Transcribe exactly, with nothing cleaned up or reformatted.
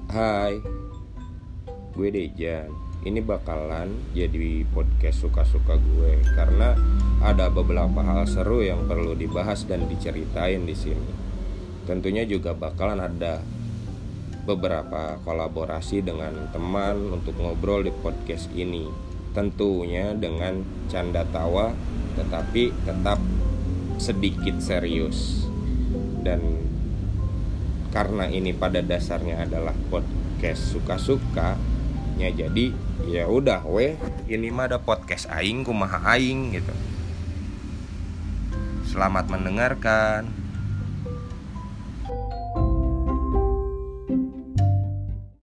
Hai, gue Dejan. Ini bakalan jadi podcast suka-suka gue karena ada beberapa hal seru yang perlu dibahas dan diceritain di sini. Tentunya juga bakalan ada beberapa kolaborasi dengan teman untuk ngobrol di podcast ini. Tentunya dengan canda tawa tetapi tetap sedikit serius. Dan karena ini pada dasarnya adalah podcast suka-suka, ya jadi ya udah weh, ini mah ada podcast aing kumaha aing gitu. Selamat mendengarkan.